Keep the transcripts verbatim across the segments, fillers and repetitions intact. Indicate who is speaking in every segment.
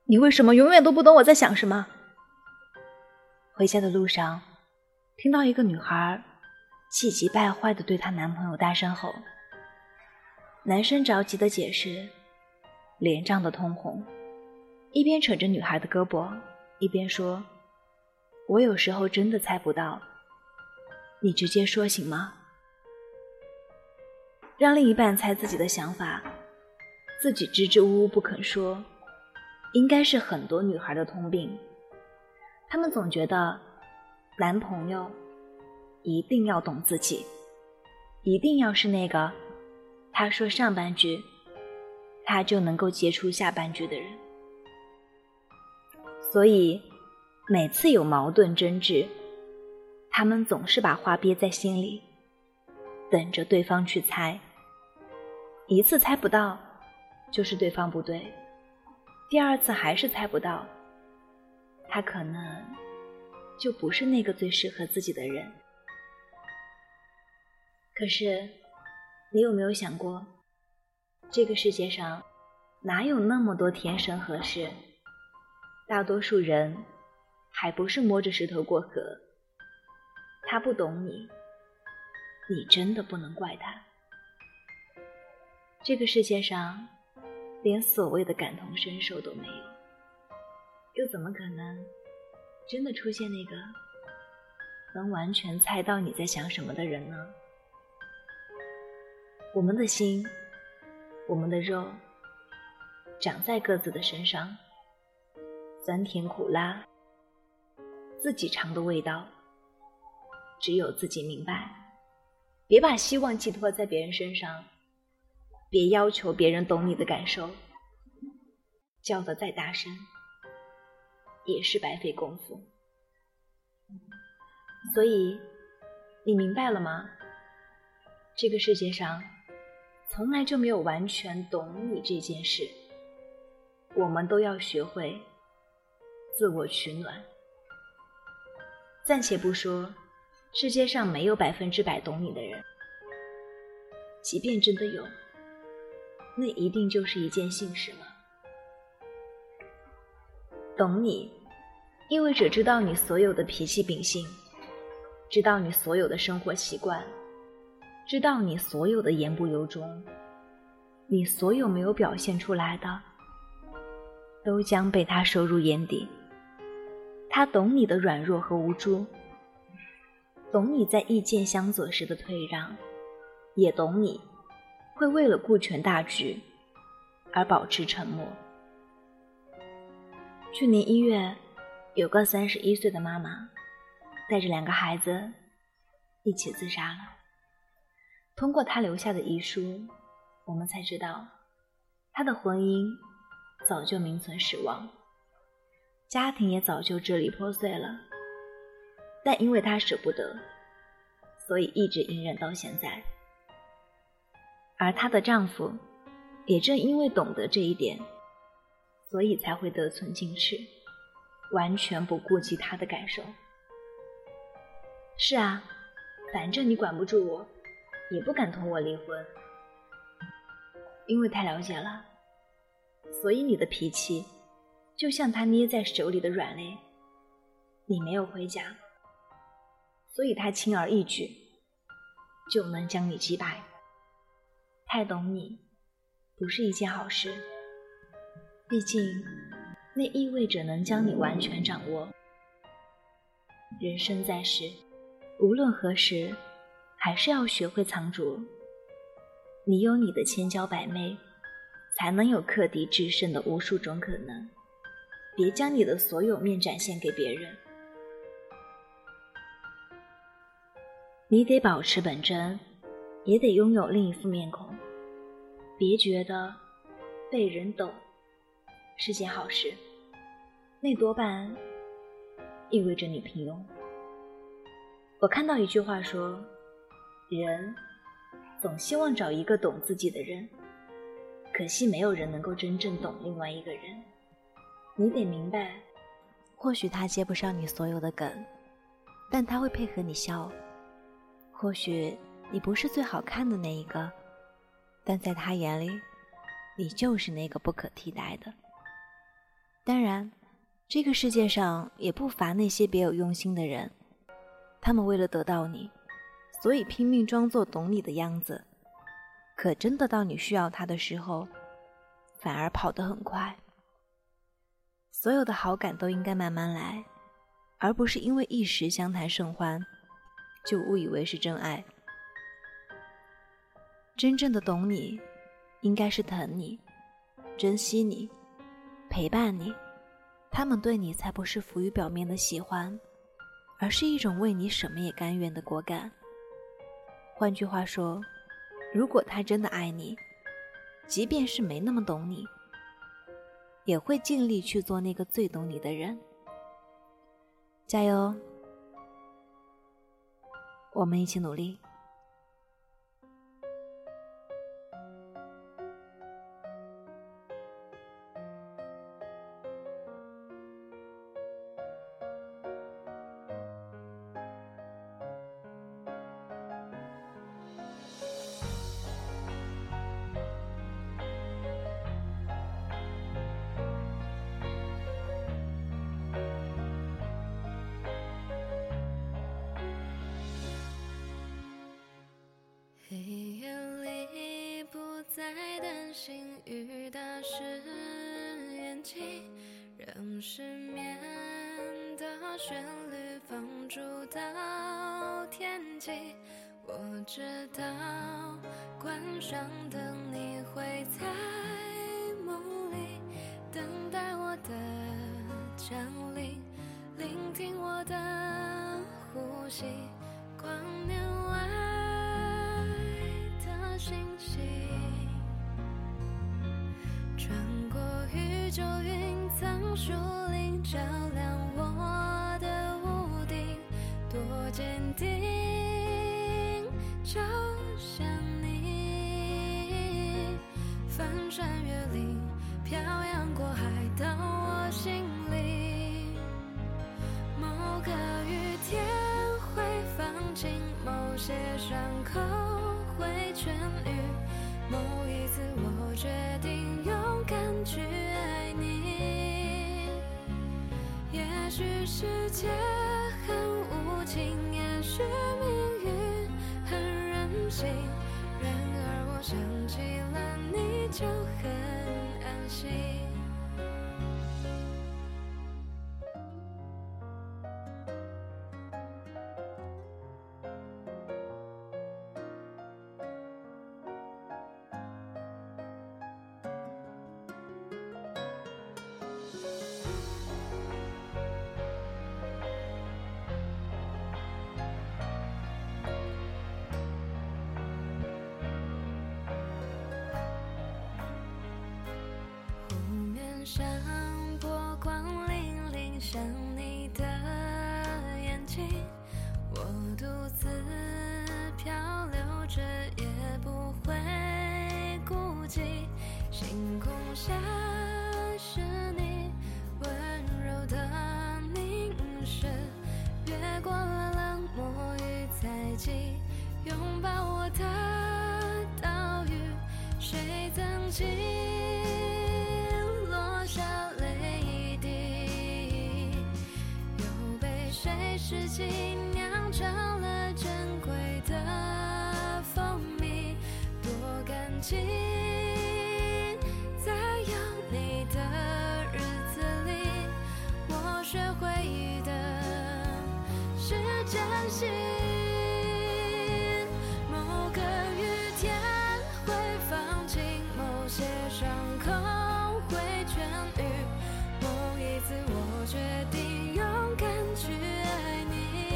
Speaker 1: 你为什么永远都不懂我在想什么？回家的路上，听到一个女孩气急败坏地对她男朋友大声吼，男生着急地解释，脸涨得通红，一边扯着女孩的胳膊，一边说，我有时候真的猜不到，你直接说行吗？让另一半猜自己的想法，自己支支吾吾不肯说，应该是很多女孩的通病。她们总觉得男朋友一定要懂自己，一定要是那个他说上半句他就能够接出下半句的人。所以每次有矛盾争执，他们总是把话憋在心里，等着对方去猜。一次猜不到就是对方不对，第二次还是猜不到，他可能就不是那个最适合自己的人。可是你有没有想过，这个世界上哪有那么多天生合适？大多数人还不是摸着石头过河。他不懂你，你真的不能怪他。这个世界上连所谓的感同身受都没有，又怎么可能真的出现那个能完全猜到你在想什么的人呢？我们的心，我们的肉，长在各自的身上，酸甜苦辣，自己尝的味道，只有自己明白。别把希望寄托在别人身上，别要求别人懂你的感受，叫得再大声，也是白费功夫。所以，你明白了吗？这个世界上从来就没有完全懂你这件事，我们都要学会自我取暖。暂且不说世界上没有百分之百懂你的人，即便真的有，那一定就是一件幸事了。懂你意味着知道你所有的脾气秉性，知道你所有的生活习惯，知道你所有的言不由衷，你所有没有表现出来的都将被他收入眼底。他懂你的软弱和无助，懂你在意见相左时的退让，也懂你会为了顾全大局而保持沉默。去年一月，有个三十一岁的妈妈带着两个孩子一起自杀了。通过她留下的遗书，我们才知道她的婚姻早就名存实亡，家庭也早就支离破碎了，但因为她舍不得，所以一直隐忍到现在。而她的丈夫也正因为懂得这一点，所以才会得寸进尺，完全不顾及她的感受。是啊，反正你管不住我，也不敢同我离婚。因为太了解了，所以你的脾气就像他捏在手里的软肋，你没有回家，所以他轻而易举就能将你击败。太懂你不是一件好事，毕竟那意味着能将你完全掌握。人生在世，无论何时还是要学会藏拙。你有你的千娇百媚，才能有克敌制胜的无数种可能。别将你的所有面展现给别人。你得保持本真，也得拥有另一副面孔。别觉得被人懂是件好事，那多半意味着你平庸。我看到一句话说，人总希望找一个懂自己的人，可惜没有人能够真正懂另外一个人。你得明白，或许他接不上你所有的梗，但他会配合你笑。或许你不是最好看的那一个，但在他眼里，你就是那个不可替代的。 当然，这个世界上也不乏那些别有用心的人，他们为了得到你，所以拼命装作懂你的样子，可真的到你需要他的时候，反而跑得很快。所有的好感都应该慢慢来，而不是因为一时相谈甚欢，就误以为是真爱。真正的懂你，应该是疼你、珍惜你、陪伴你，他们对你才不是浮于表面的喜欢，而是一种为你什么也甘愿的果敢。换句话说，如果他真的爱你，即便是没那么懂你，也会尽力去做那个最懂你的人。加油，我们一起努力。
Speaker 2: 黑夜里不再担心雨打湿眼睛，让失眠的旋律放逐到天际。我知道关上灯你会在梦里等待我的降临，聆听我的呼吸，光年外星星穿过宇宙云层树林，照亮我的屋顶，多坚定，就像你翻山越岭，漂洋过海到我心里。某个雨天会放晴，某些伤口会痊愈，某一次我决定勇敢去爱你。也许世界很无情，也许命运很任性，然而我想起了你就很安心。上波光粼粼，像你的眼睛，我独自漂流着也不会孤寂。星空下是你温柔的凝视，越过了冷漠与猜忌，拥抱我的岛屿，谁曾经世纪酿成了珍贵的蜂蜜，多感激在有你的日子里，我学会的是珍惜。某个雨天会放晴，某些伤口会痊愈，某一次我决定勇敢去爱你。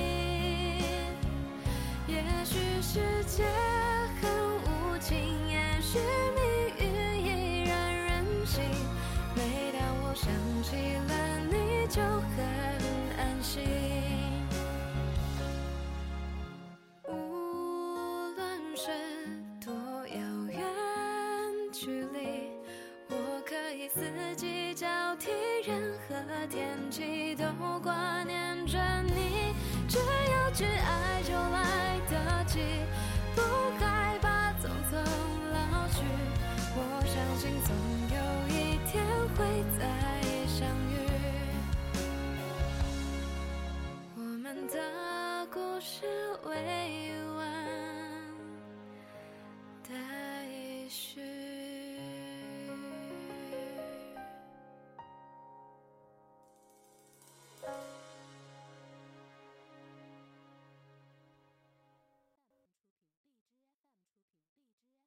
Speaker 2: 也许世界很无情，也许命运依然任性，每当我想起了你就很安心。无论是多遥远距离，我可以四季交替，任何天气都挂念着你。只要去爱就来得及，不害怕匆匆老去，我相信总有一天会再相遇。 是唯